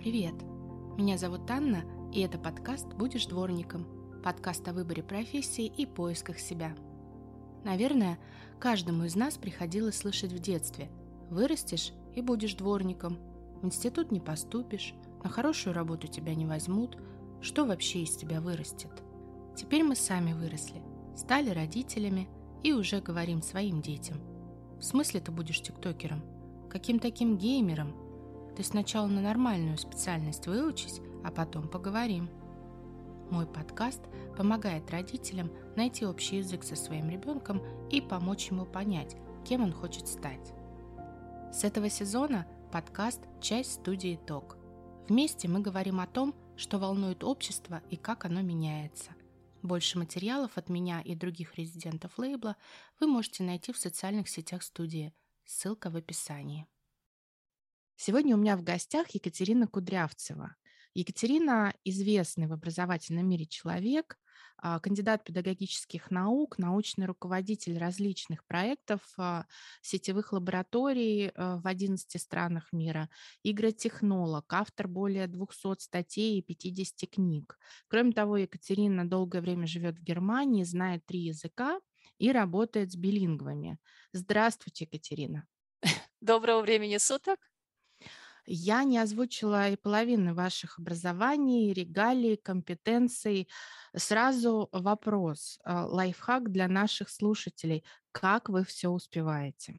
Привет! Меня зовут Анна, и это подкаст «Будешь дворником», подкаст о выборе профессии и поисках себя. Наверное, каждому из нас приходилось слышать в детстве: вырастешь и будешь дворником, в институт не поступишь, на хорошую работу тебя не возьмут, что вообще из тебя вырастет? Теперь мы сами выросли, стали родителями и уже говорим своим детям: в смысле ты будешь тиктокером? Каким таким геймером? Ты сначала на нормальную специальность выучись, а потом поговорим. Мой подкаст помогает родителям найти общий язык со своим ребенком и помочь ему понять, кем он хочет стать. С этого сезона подкаст – часть студии «Ток». Вместе мы говорим о том, что волнует общество и как оно меняется. Больше материалов от меня и других резидентов лейбла вы можете найти в социальных сетях студии. Ссылка в описании. Сегодня у меня в гостях Екатерина Кудрявцева. Екатерина – известный в образовательном мире человек, кандидат педагогических наук, научный руководитель различных проектов, сетевых лабораторий в 11 странах мира, игротехнолог, автор более 200 статей и 50 книг. Кроме того, Екатерина долгое время живет в Германии, знает 3 языка и работает с билингвами. Здравствуйте, Екатерина. Доброго времени суток. Я не озвучила и половины ваших образований, регалий, компетенций. Сразу вопрос, лайфхак для наших слушателей. Как вы все успеваете?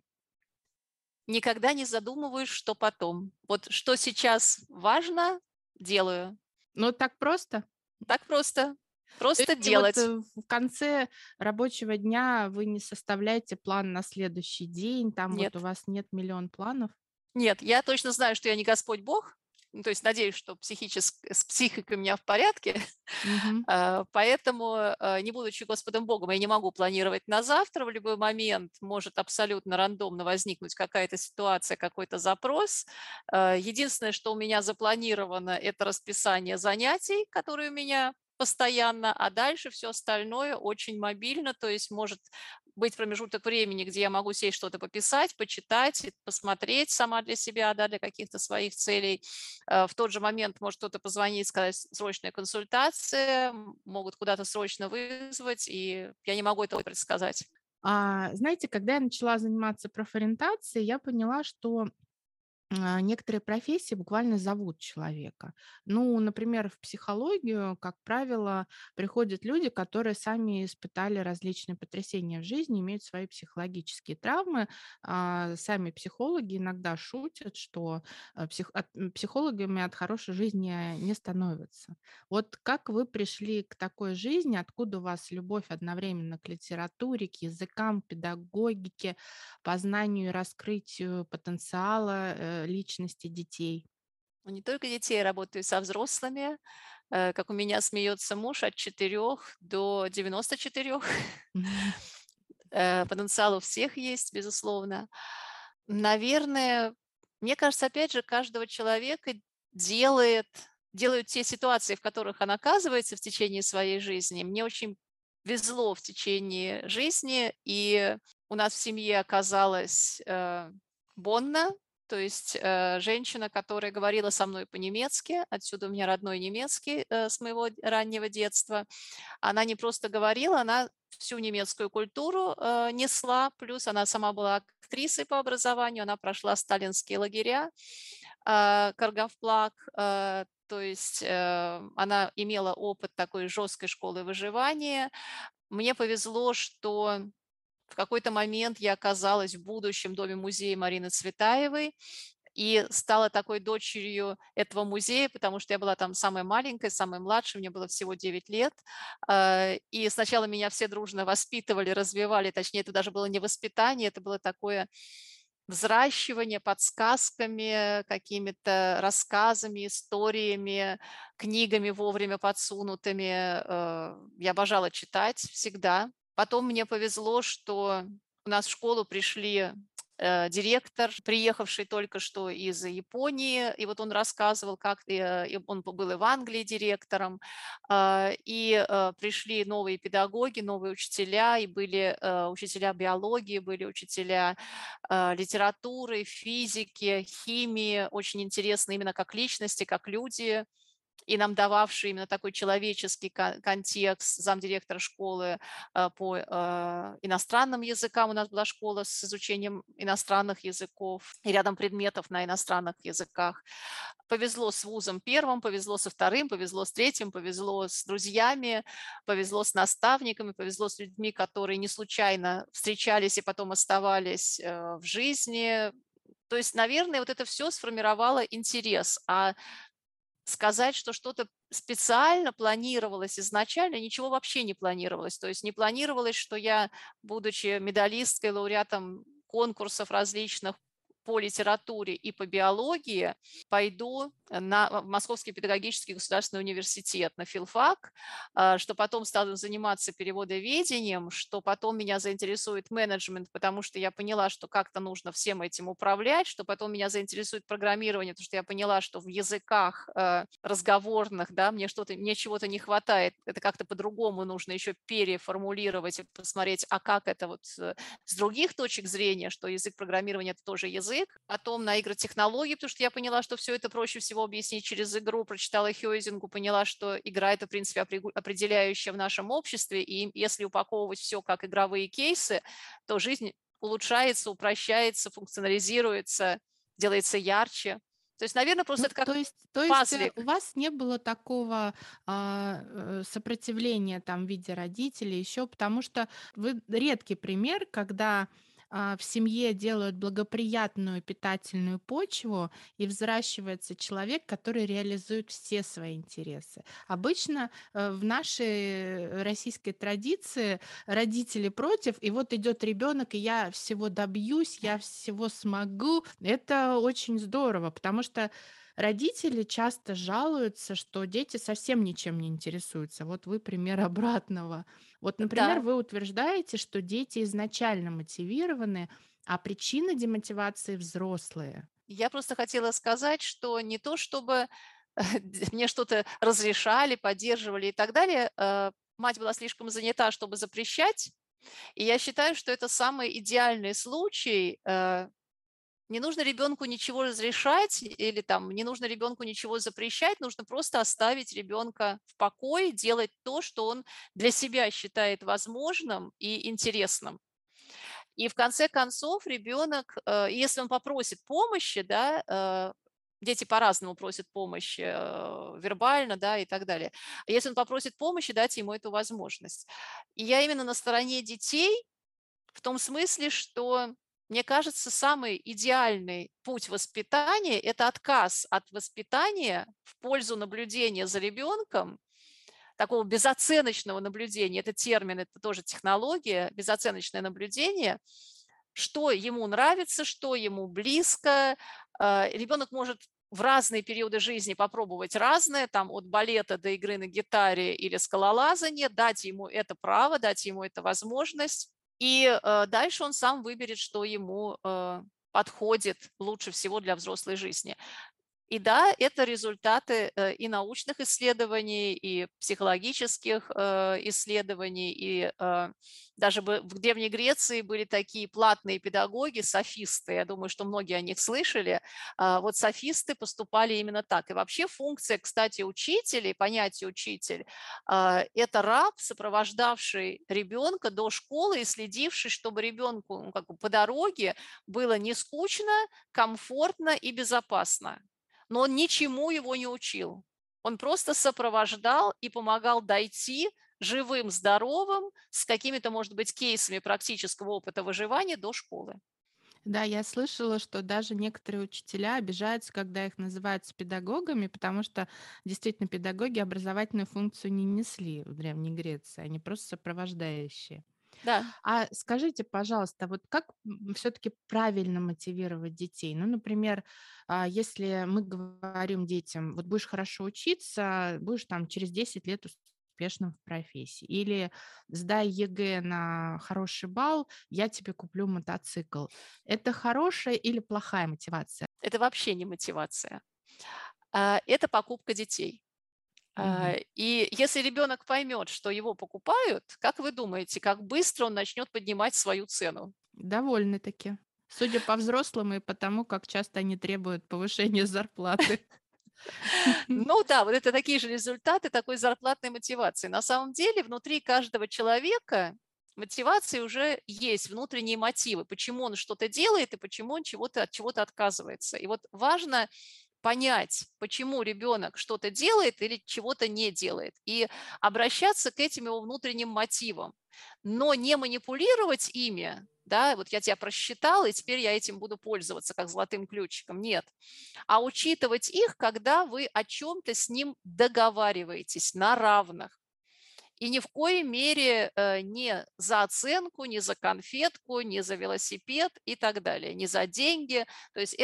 Никогда не задумываюсь, что потом. Вот что сейчас важно, делаю. Ну, так просто? Так просто. То Просто есть и вот делать. в конце рабочего дня вы не составляете план на следующий день, там вот у Нет. вас нет миллион планов? Нет, я точно знаю, что я не Господь Бог. То есть надеюсь, что с психикой у меня в порядке. Мгм. Поэтому, не будучи Господом Богом, я не могу планировать на завтра. В любой момент может абсолютно рандомно возникнуть какая-то ситуация, какой-то запрос. Единственное, что у меня запланировано, это расписание занятий, которые у меня постоянно, а дальше все остальное очень мобильно, то есть может быть промежуток времени, где я могу сесть что-то пописать, почитать, посмотреть сама для себя, да, для каких-то своих целей. В тот же момент может кто-то позвонить, сказать: срочная консультация, могут куда-то срочно вызвать, и я не могу этого предсказать. Знаете, когда я начала заниматься профориентацией, я поняла, что некоторые профессии буквально зовут человека. Ну, например, в психологию, как правило, приходят люди, которые сами испытали различные потрясения в жизни, имеют свои психологические травмы. Сами психологи иногда шутят, что психологами от хорошей жизни не становятся. Вот как вы пришли к такой жизни, откуда у вас любовь одновременно к литературе, к языкам, педагогике, познанию и раскрытию потенциала, личности детей? Но не только детей, я работаю со взрослыми. Как у меня смеется муж, от 4 до 94. Мгм. Потенциал у всех есть, безусловно. Наверное, мне кажется, опять же, каждого человека делает делают те ситуации, в которых он оказывается в течение своей жизни. Мне очень везло в течение жизни, и у нас в семье оказалась, Бонна, то есть, женщина, которая говорила со мной по-немецки. Отсюда у меня родной немецкий, с моего раннего детства. Она не просто говорила, она всю немецкую культуру, несла, плюс она сама была актрисой по образованию, она прошла сталинские лагеря, Каргавплак, то есть, она имела опыт такой жесткой школы выживания. Мне повезло, что в какой-то момент я оказалась в будущем доме-музее Марины Цветаевой и стала такой дочерью этого музея, потому что я была там самая маленькая, самая младшая, мне было всего 9 лет. И сначала меня все дружно воспитывали, развивали, точнее, это даже было не воспитание, это было такое взращивание подсказками, какими-то рассказами, историями, книгами вовремя подсунутыми. Я обожала читать всегда. Потом мне повезло, что у нас в школу пришли директор, приехавший только что из Японии, и вот он рассказывал, как и он был и в Англии директором, пришли новые педагоги, новые учителя, и были учителя биологии, были учителя литературы, физики, химии, очень интересно именно как личности, как люди, и нам дававший именно такой человеческий контекст, замдиректора школы по иностранным языкам. У нас была школа с изучением иностранных языков и рядом предметов на иностранных языках. Повезло с вузом первым, повезло со вторым, повезло с третьим, повезло с друзьями, повезло с наставниками, повезло с людьми, которые не случайно встречались и потом оставались в жизни. То есть, наверное, вот это все сформировало интерес. А сказать, что что-то специально планировалось изначально, ничего вообще не планировалось. То есть не планировалось, что я, будучи медалисткой, лауреатом конкурсов различных по литературе и по биологии, пойду в Московский педагогический государственный университет, на филфак, что потом стану заниматься переводоведением, что потом меня заинтересует менеджмент, потому что я поняла, что как-то нужно всем этим управлять, что потом меня заинтересует программирование, потому что я поняла, что в языках разговорных, да, мне чего-то не хватает, это как-то по-другому нужно еще переформулировать и посмотреть, а как это вот с других точек зрения, что язык программирования – это тоже язык. Потом на игротехнологии, потому что я поняла, что все это проще всего объяснить через игру. Прочитала Хьюизингу, поняла, что игра – это, в принципе, определяющая в нашем обществе. И если упаковывать все как игровые кейсы, то жизнь улучшается, упрощается, функционализируется, делается ярче. То есть, наверное, просто Ну, это как то есть, у пазлик. вас не было такого, сопротивления там в виде родителей, еще, потому что вы редкий пример, когда, в семье делают благоприятную питательную почву, и взращивается человек, который реализует все свои интересы. Обычно, в нашей российской традиции родители против, и вот идет ребенок, и я всего добьюсь, я всего смогу. Это очень здорово, потому что родители часто жалуются, что дети совсем ничем не интересуются. Вот вы пример обратного. Вот, например, Да, вы утверждаете, что дети изначально мотивированы, а причины демотивации взрослые. я просто хотела сказать, что не то чтобы мне что-то разрешали, поддерживали и так далее. Мать была слишком занята, чтобы запрещать. И я считаю, что это самый идеальный случай. Не нужно ребенку ничего разрешать или там не нужно ребенку ничего запрещать, нужно просто оставить ребенка в покое, делать то, что он для себя считает возможным и интересным. И в конце концов ребенок, если он попросит помощи, да, дети по-разному просят помощи, вербально, да, и так далее. А если он попросит помощи, дать ему эту возможность. И я именно на стороне детей в том смысле, что, мне кажется, самый идеальный путь воспитания – это отказ от воспитания в пользу наблюдения за ребенком, такого безоценочного наблюдения. Это термин, это тоже технология, безоценочное наблюдение, что ему нравится, что ему близко. Ребенок может в разные периоды жизни попробовать разное, там от балета до игры на гитаре или скалолазания, дать ему это право, дать ему эту возможность. И дальше он сам выберет, что ему подходит лучше всего для взрослой жизни. И да, это результаты и научных исследований, и психологических исследований, и даже в Древней Греции были такие платные педагоги, софисты, я думаю, что многие о них слышали. Вот софисты поступали именно так. И вообще функция, кстати, учителей, понятие учитель, это раб, сопровождавший ребенка до школы и следивший, чтобы ребенку ну, как бы по дороге было не скучно, комфортно и безопасно, но он ничему его не учил. Он просто сопровождал и помогал дойти живым, здоровым, с какими-то, может быть, кейсами практического опыта выживания до школы. Да, я слышала, что даже некоторые учителя обижаются, когда их называют педагогами, потому что действительно педагоги образовательную функцию не несли в Древней Греции, они просто сопровождающие. Да. А скажите, пожалуйста, вот как все-таки правильно мотивировать детей? Ну, например, если мы говорим детям, вот будешь хорошо учиться, будешь там через 10 лет успешным в профессии. Или сдай ЕГЭ на хороший балл, я тебе куплю мотоцикл. Это хорошая или плохая мотивация? Это вообще не мотивация. Это покупка детей. Мгм. И если ребенок поймет, что его покупают, как вы думаете, как быстро он начнет поднимать свою цену? Довольно-таки. Судя по взрослым и по тому, как часто они требуют повышения зарплаты. Ну да, вот это такие же результаты такой зарплатной мотивации. На самом деле внутри каждого человека мотивации уже есть, внутренние мотивы, почему он что-то делает и почему он от чего-то отказывается. И вот важно понять, почему ребенок что-то делает или чего-то не делает, и обращаться к этим его внутренним мотивам, но не манипулировать ими, да, вот я тебя просчитала, и теперь я этим буду пользоваться как золотым ключиком. Нет, а учитывать их, когда вы о чем-то с ним договариваетесь на равных. И ни в коей мере не за оценку, не за конфетку, не за велосипед и так далее, не за деньги. То есть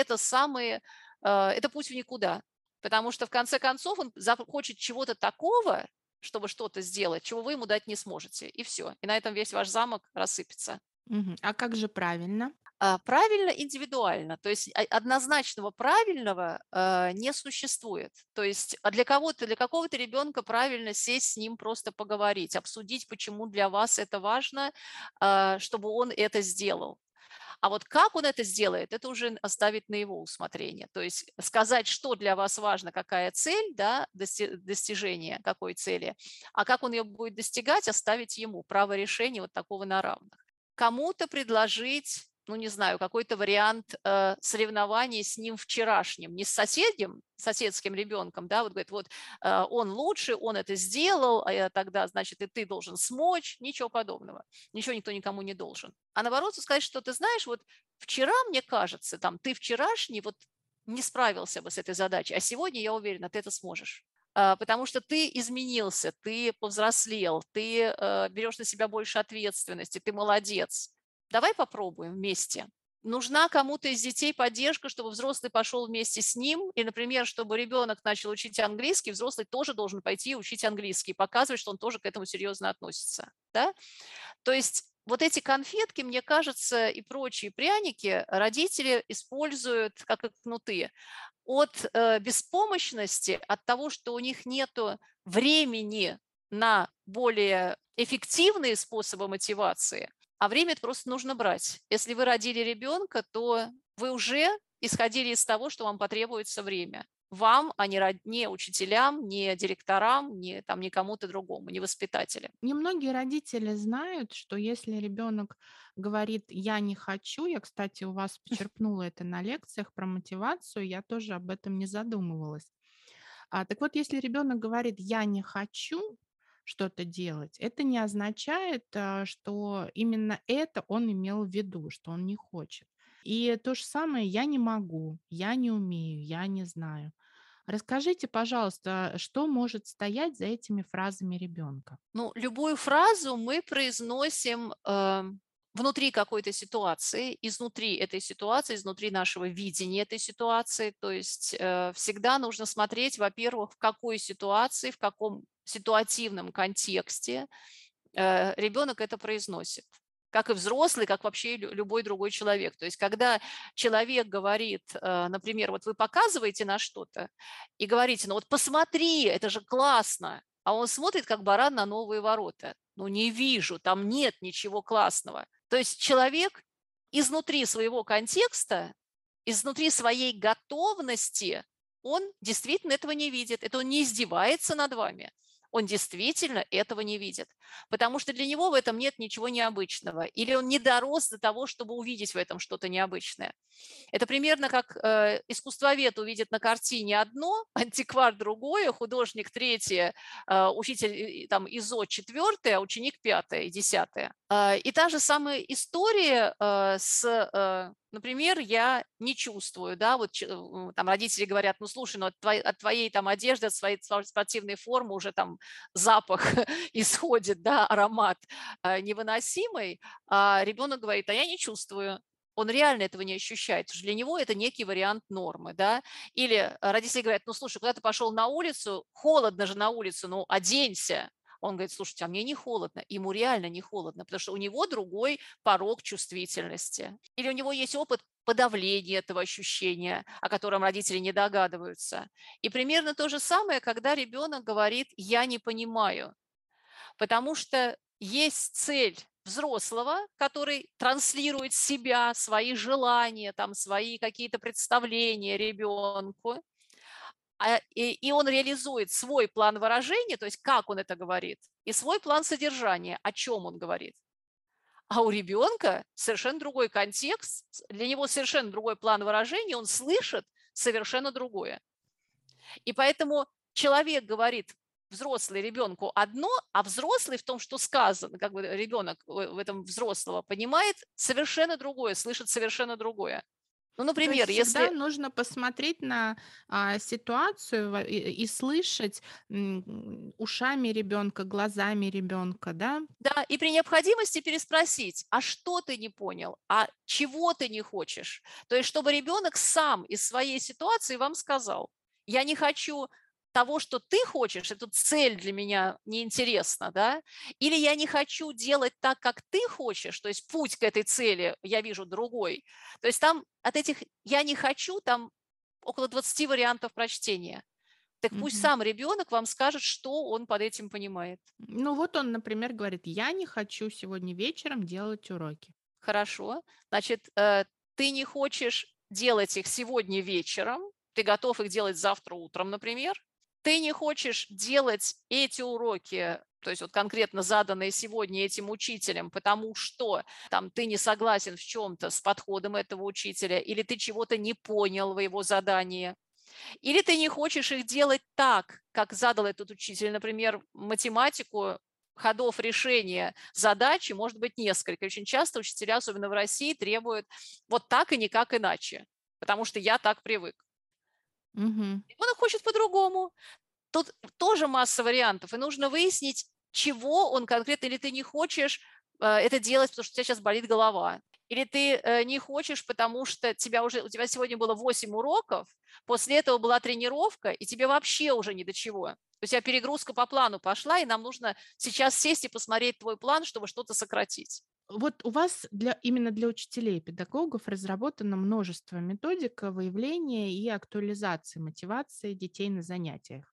это путь в никуда. Потому что в конце концов он хочет чего-то такого, чтобы что-то сделать, чего вы ему дать не сможете. И все. И на этом весь ваш замок рассыпется. Мгм. А как же правильно? Правильно индивидуально, то есть однозначного правильного не существует. То есть для какого-то ребенка правильно сесть с ним, просто поговорить, обсудить, почему для вас это важно, чтобы он это сделал. А вот как он это сделает, это уже оставить на его усмотрение. То есть сказать, что для вас важно, какая цель, да, достижение какой цели, а как он ее будет достигать, оставить ему право решения вот такого на равных. Кому-то предложить, ну, не знаю, какой-то вариант соревнований с ним вчерашним, не с соседским ребенком, да, вот говорит, вот он лучше, он это сделал, а я тогда, значит, и ты должен смочь, ничего подобного, ничего никто никому не должен. А наоборот, сказать, что ты знаешь, вот вчера, мне кажется, там, ты вчерашний вот не справился бы с этой задачей, а сегодня, я уверена, ты это сможешь. Потому что ты изменился, ты повзрослел, ты берешь на себя больше ответственности, ты молодец. Давай попробуем вместе. Нужна кому-то из детей поддержка, чтобы взрослый пошел вместе с ним. И, например, чтобы ребенок начал учить английский, взрослый тоже должен пойти учить английский, показывать, что он тоже к этому серьезно относится. Да? То есть вот эти конфетки, мне кажется, и прочие пряники родители используют как кнуты от беспомощности, от того, что у них нет времени на более эффективные способы мотивации, а время это просто нужно брать. Если вы родили ребенка, то вы уже исходили из того, что вам потребуется время. Вам, а не учителям, не директорам, не кому-то другому, не воспитателям. Немногие родители знают, что если ребенок говорит «я не хочу», я, кстати, у вас почерпнула это на лекциях про мотивацию, я тоже об этом не задумывалась. Так вот, если ребенок говорит «я не хочу что-то делать», это не означает, что именно это он имел в виду, что он не хочет. И то же самое «я не могу», «я не умею», «я не знаю». Расскажите, пожалуйста, что может стоять за этими фразами ребенка? Ну, любую фразу мы произносим внутри какой-то ситуации, изнутри этой ситуации, изнутри нашего видения этой ситуации. То есть всегда нужно смотреть, во-первых, в какой ситуации, в каком ситуативном контексте ребенок это произносит. Как и взрослый, как вообще любой другой человек. То есть когда человек говорит, например, вот вы показываете на что-то и говорите, ну вот посмотри, это же классно, а он смотрит, как баран на новые ворота. Ну не вижу, там нет ничего классного. То есть человек изнутри своего контекста, изнутри своей готовности, он действительно этого не видит. Это он не издевается над вами. Он действительно этого не видит, потому что для него в этом нет ничего необычного, или он не дорос до того, чтобы увидеть в этом что-то необычное. Это примерно как искусствовед увидит на картине одно, антиквар другое, художник третье, учитель там ИЗО четвертое, а ученик пятое и десятое. И та же самая история например, я не чувствую, да, вот там родители говорят, ну слушай, ну от твоей там одежды, от своей спортивной формы уже там запах исходит, да, аромат невыносимый, а ребенок говорит, а я не чувствую. Он реально этого не ощущает, потому что для него это некий вариант нормы, да. Или родители говорят, ну слушай, куда ты пошел на улицу, холодно же на улице, ну оденься. Он говорит: слушайте, а мне не холодно. Ему реально не холодно, потому что у него другой порог чувствительности. Или у него есть опыт подавления этого ощущения, о котором родители не догадываются. И примерно то же самое, когда ребенок говорит: я не понимаю. Потому что есть цель взрослого, который транслирует себя, свои желания, там, свои какие-то представления ребенку, и он реализует свой план выражения, то есть как он это говорит, и свой план содержания, о чем он говорит. А у ребенка совершенно другой контекст, для него совершенно другой план выражения, он слышит совершенно другое. И поэтому человек говорит, взрослый ребенку одно, а взрослый в том, что сказано, как бы ребенок в этом взрослого понимает совершенно другое, слышит совершенно другое. Ну, То есть например, всегда если нужно посмотреть на, ситуацию и слышать, ушами ребенка, глазами ребенка, да? да, и при необходимости переспросить, а что ты не понял, а чего ты не хочешь? То есть, чтобы ребенок сам из своей ситуации вам сказал, я не хочу того, что ты хочешь, эта цель для меня неинтересна, да, или я не хочу делать так, как ты хочешь, то есть путь к этой цели я вижу другой. То есть там от этих «я не хочу» там около 20 вариантов прочтения. Так пусть Мгм. сам ребенок вам скажет, что он под этим понимает. Ну, вот он, например, говорит: "Я не хочу сегодня вечером делать уроки". Хорошо. Значит, ты не хочешь делать их сегодня вечером, ты готов их делать завтра утром, например. Ты не хочешь делать эти уроки, то есть вот конкретно заданные сегодня этим учителем, потому что там ты не согласен в чем-то с подходом этого учителя, или ты чего-то не понял в его задании, или ты не хочешь их делать так, как задал этот учитель. Например, математику ходов решения задачи может быть несколько. Очень часто учителя, особенно в России, требуют вот так и никак иначе, потому что я так привык. Мгм. Ребенок хочет по-другому. Тут тоже масса вариантов, и нужно выяснить, чего он конкретно, или ты не хочешь это делать, потому что у тебя сейчас болит голова, или ты не хочешь, потому что у тебя сегодня было 8 уроков, после этого была тренировка, и тебе вообще уже ни до чего. У тебя перегрузка по плану пошла, и нам нужно сейчас сесть и посмотреть твой план, чтобы что-то сократить. Вот у вас именно для учителей и педагогов разработано множество методик выявления и актуализации мотивации детей на занятиях.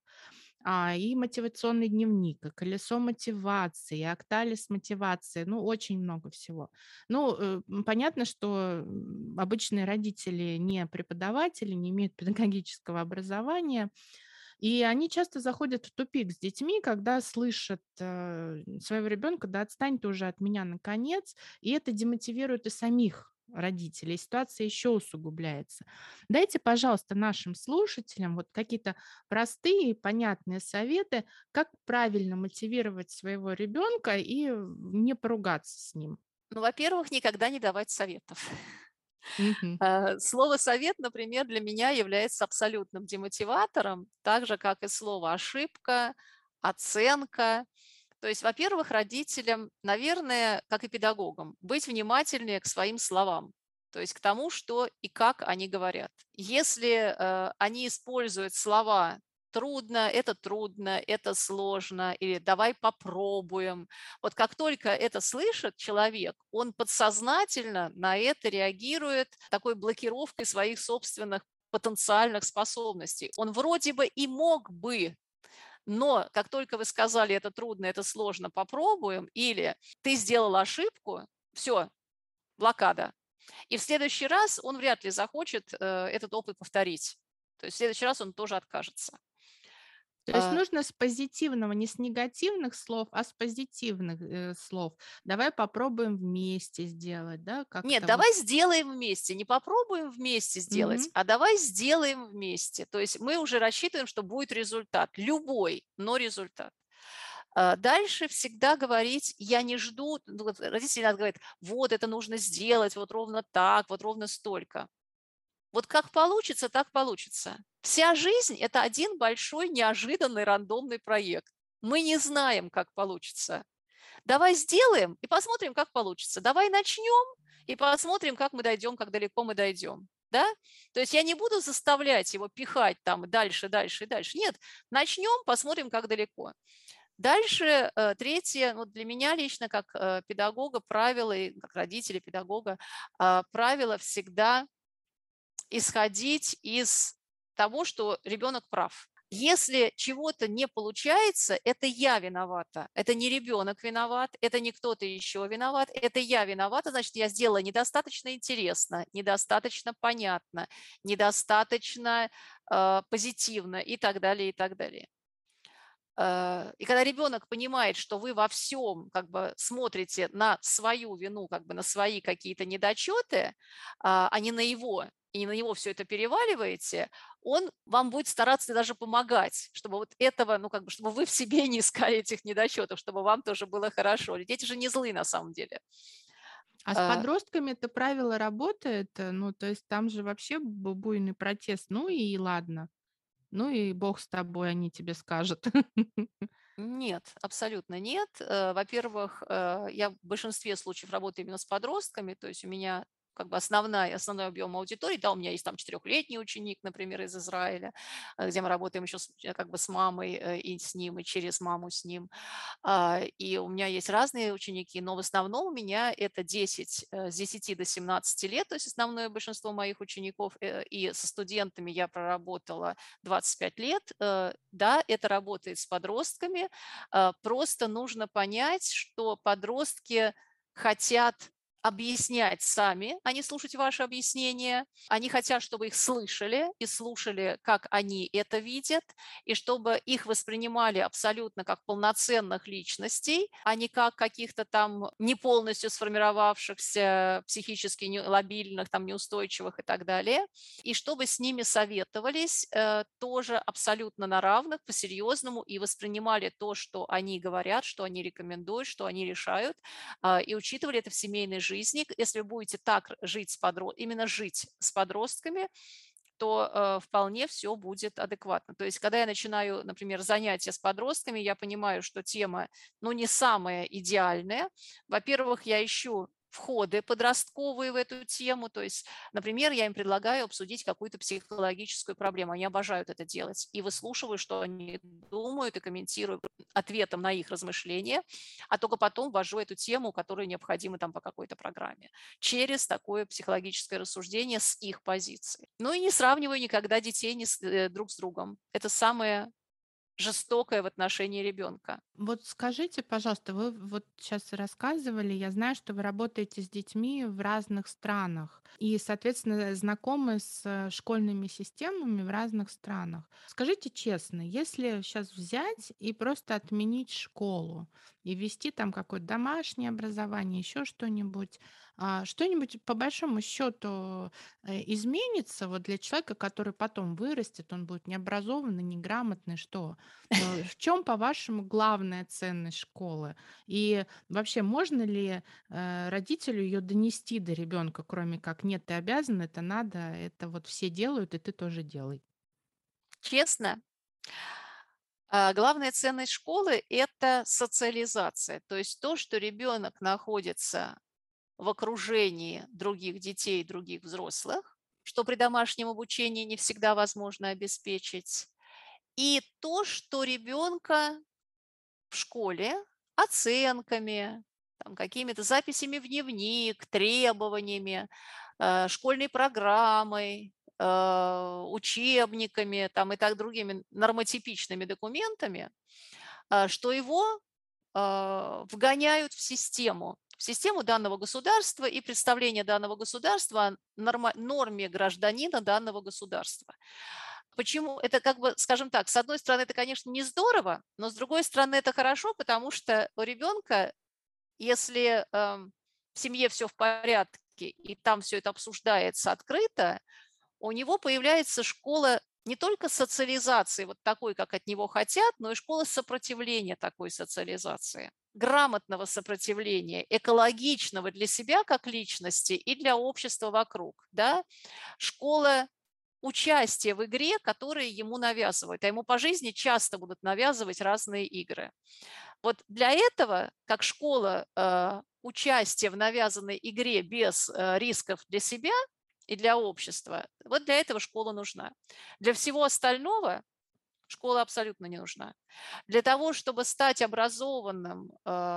И мотивационный дневник, и колесо мотивации, и Акталис мотивации, ну, очень много всего. Ну, понятно, что обычные родители не преподаватели, не имеют педагогического образования, и они часто заходят в тупик с детьми, когда слышат своего ребенка: "Да отстань ты уже от меня, наконец". И это демотивирует и самих родителей. Ситуация еще усугубляется. Дайте, пожалуйста, нашим слушателям вот какие-то простые и понятные советы, как правильно мотивировать своего ребенка и не поругаться с ним. Ну, во-первых, никогда не давать советов. Мгм. Слово «совет», например, для меня является абсолютным демотиватором, так же, как и слово «ошибка», «оценка». То есть, во-первых, родителям, наверное, как и педагогам, быть внимательнее к своим словам, то есть к тому, что и как они говорят. Если они используют слова трудно, это сложно, или давай попробуем. Вот как только это слышит человек, он подсознательно на это реагирует такой блокировкой своих собственных потенциальных способностей. Он вроде бы и мог бы, но как только вы сказали, это трудно, это сложно, попробуем, или ты сделал ошибку, все, блокада. И в следующий раз он вряд ли захочет этот опыт повторить. То есть в следующий раз он тоже откажется. То есть А, нужно с позитивного, не с негативных слов, а с позитивных, слов. Давай попробуем вместе сделать, да, Нет, как-то вот. давай сделаем вместе, не попробуем вместе сделать, Мгм. а давай сделаем вместе. То есть мы уже рассчитываем, что будет результат, любой, но результат. Дальше всегда говорить, я не жду, ну, вот родители иногда говорят, вот это нужно сделать, вот ровно так, вот ровно столько. Вот как получится, так получится. Вся жизнь – это один большой неожиданный рандомный проект. Мы не знаем, как получится. Давай сделаем и посмотрим, как получится. Давай начнем и посмотрим, как мы дойдем, как далеко мы дойдем. Да? То есть я не буду заставлять его пихать там дальше, дальше и дальше. Нет, начнем, посмотрим, как далеко. Дальше, третье, вот для меня лично как педагога правило, и как родителя педагога, правило всегда исходить из того, что ребенок прав. Если чего-то не получается, это я виновата. Это не ребенок виноват, это не кто-то еще виноват, это я виновата, значит, я сделала недостаточно интересно, недостаточно понятно, недостаточно позитивно и так далее, и так далее. И когда ребенок понимает, что вы во всем как бы смотрите на свою вину, как бы на свои какие-то недочеты, а не на его, и не на него все это переваливаете, он вам будет стараться даже помогать, чтобы вот этого, ну как бы, чтобы вы в себе не искали этих недочетов, чтобы вам тоже было хорошо. Дети же не злые на самом деле. А с А, подростками это правило работает? Ну, то есть там же вообще буйный протест. Ну и ладно. Ну и бог с тобой, они тебе скажут. Нет, абсолютно нет. Во-первых, я в большинстве случаев работаю именно с подростками, то есть у меня как бы основной объем аудитории, да, у меня есть там четырехлетний ученик, например, из Израиля, где мы работаем еще как бы с мамой и с ним, и через маму с ним. И у меня есть разные ученики, но в основном у меня это 10, с 10 до 17 лет, то есть основное большинство моих учеников, и со студентами я проработала 25 лет. Да, это работает с подростками, просто нужно понять, что подростки хотят объяснять сами, а не слушать ваши объяснения. Они хотят, чтобы их слышали и слушали, как они это видят, и чтобы их воспринимали абсолютно как полноценных личностей, а не как каких-то там не полностью сформировавшихся, психически лобильных, там, неустойчивых и так далее. И чтобы с ними советовались тоже абсолютно на равных, по-серьезному, и воспринимали то, что они говорят, что они рекомендуют, что они решают, и учитывали это в семейной жизни. Если вы будете так жить именно жить с подростками, то вполне все будет адекватно. То есть, когда я начинаю, например, занятия с подростками, я понимаю, что тема, ну, не самая идеальная. Во-первых, я ищу входы подростковые в эту тему. То есть, например, я им предлагаю обсудить какую-то психологическую проблему. Они обожают это делать. И выслушиваю, что они думают, и комментирую ответом на их размышления, а только потом ввожу эту тему, которая необходима там по какой-то программе, через такое психологическое рассуждение с их позиции. Ну и не сравниваю никогда детей друг с другом. Это самое жестокое в отношении ребенка. Вот скажите, пожалуйста, вы вот сейчас рассказывали, я знаю, что вы работаете с детьми в разных странах и, соответственно, знакомы с школьными системами в разных странах. Скажите честно, если сейчас взять и просто отменить школу и ввести там какое-то домашнее образование, еще что-нибудь, что-нибудь по большому счету изменится вот для человека, который потом вырастет, он будет необразованный, неграмотный, что? В чем, по-вашему, главная ценность школы? И вообще, можно ли, родителю ее донести до ребенка, кроме как: "Нет, ты обязан, это надо, это вот все делают, и ты тоже делай"? Честно, главная ценность школы – это социализация. То есть то, что ребенок находится в окружении других детей, других взрослых, что при домашнем обучении не всегда возможно обеспечить, и то, что ребенка в школе оценками, там, какими-то записями в дневник, требованиями, школьной программой, учебниками там, и так другими нормотипичными документами, что его вгоняют в систему данного государства и представление данного государства о норме гражданина данного государства. Почему? Это как бы, скажем так, с одной стороны, это, конечно, не здорово, но с другой стороны, это хорошо, потому что у ребенка, если в семье все в порядке и там все это обсуждается открыто, у него появляется школа не только социализации, вот такой, как от него хотят, но и школа сопротивления такой социализации, грамотного сопротивления, экологичного для себя как личности и для общества вокруг. Да? Школа участия в игре, которые ему навязывают, а ему по жизни часто будут навязывать разные игры. Вот для этого, как школа участия в навязанной игре без рисков для себя и для общества, вот для этого школа нужна. Для всего остального школа абсолютно не нужна. Для того, чтобы стать образованным,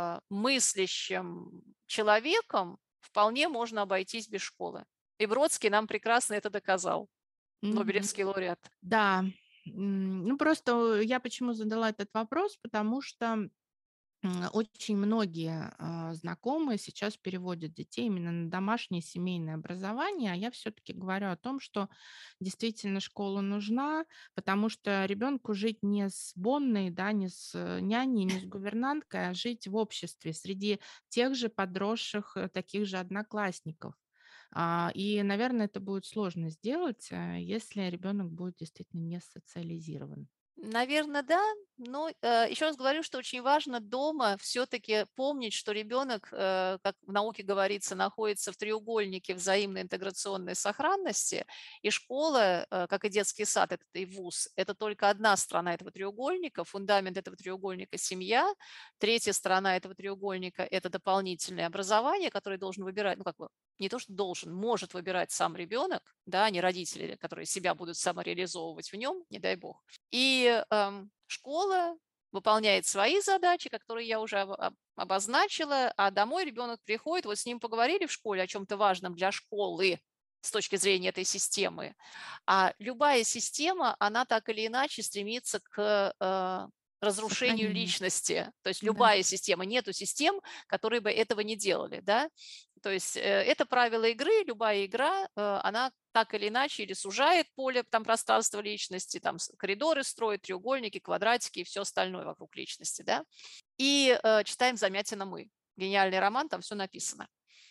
мыслящим человеком, вполне можно обойтись без школы. И Бродский нам прекрасно это доказал, Мгм. Нобелевский лауреат. Да, ну просто я почему задала этот вопрос, потому что очень многие знакомые сейчас переводят детей именно на домашнее семейное образование, а я все-таки говорю о том, что действительно школа нужна, потому что ребенку жить не с бонной, да, не с няней, не с гувернанткой, а жить в обществе среди тех же подросших, таких же одноклассников. И, наверное, это будет сложно сделать, если ребенок будет действительно не социализирован. Наверное, да. Но еще раз говорю, что очень важно дома все-таки помнить, что ребенок, как в науке говорится, находится в треугольнике взаимной интеграционной сохранности, и школа, как и детский сад, это и вуз, это только одна сторона этого треугольника, фундамент этого треугольника – семья, третья сторона этого треугольника – это дополнительное образование, которое должен выбирать, ну как бы не то, что должен, может выбирать сам ребенок, да, а не родители, которые себя будут самореализовывать в нем, не дай бог. И школа выполняет свои задачи, которые я уже обозначила, а домой ребенок приходит, вот с ним поговорили в школе о чем-то важном для школы с точки зрения этой системы. А любая система, она так или иначе стремится к разрушению Сохранение. личности. То есть Да. любая система, нету систем, которые бы этого не делали, да. То есть это правило игры, любая игра, она так или иначе или сужает поле там, пространства личности, там коридоры строит, треугольники, квадратики и все остальное вокруг личности. Да? И читаем Замятина мы. Гениальный роман, там все написано.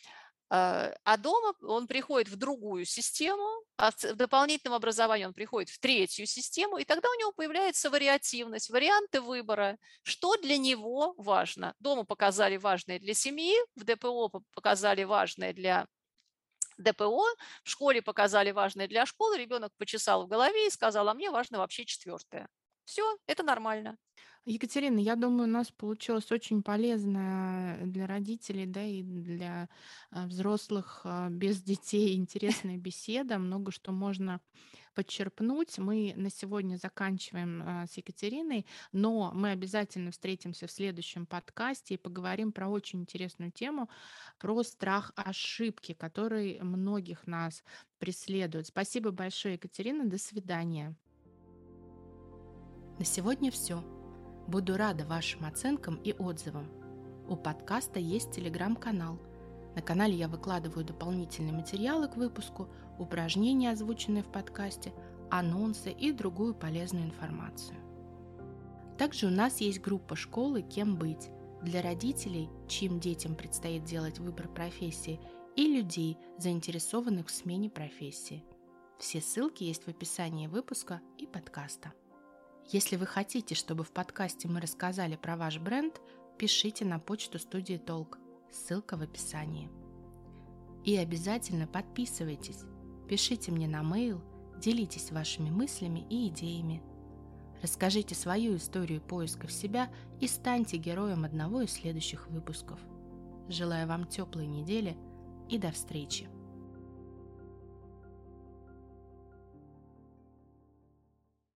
А дома он приходит в другую систему, а в дополнительном образовании он приходит в третью систему, и тогда у него появляется вариативность, варианты выбора, что для него важно. Дома показали важное для семьи, в ДПО показали важное для ДПО, в школе показали важное для школы, ребенок почесал в голове и сказал, а мне важно вообще четвертое. Все, это нормально. Екатерина, я думаю, у нас получилась очень полезная для родителей, да, и для взрослых без детей интересная беседа. Много что можно подчерпнуть. Мы на сегодня заканчиваем с Екатериной, но мы обязательно встретимся в следующем подкасте и поговорим про очень интересную тему, про страх ошибки, который многих нас преследует. Спасибо большое, Екатерина. До свидания. На сегодня все. Буду рада вашим оценкам и отзывам. У подкаста есть телеграм-канал. На канале я выкладываю дополнительные материалы к выпуску, упражнения, озвученные в подкасте, анонсы и другую полезную информацию. Также у нас есть группа школы «Кем быть» для родителей, чьим детям предстоит делать выбор профессии, и людей, заинтересованных в смене профессии. Все ссылки есть в описании выпуска и подкаста. Если вы хотите, чтобы в подкасте мы рассказали про ваш бренд, пишите на почту студии Толк. Ссылка в описании. И обязательно подписывайтесь, пишите мне на mail, делитесь вашими мыслями и идеями. Расскажите свою историю поиска в себя и станьте героем одного из следующих выпусков. Желаю вам теплой недели и до встречи!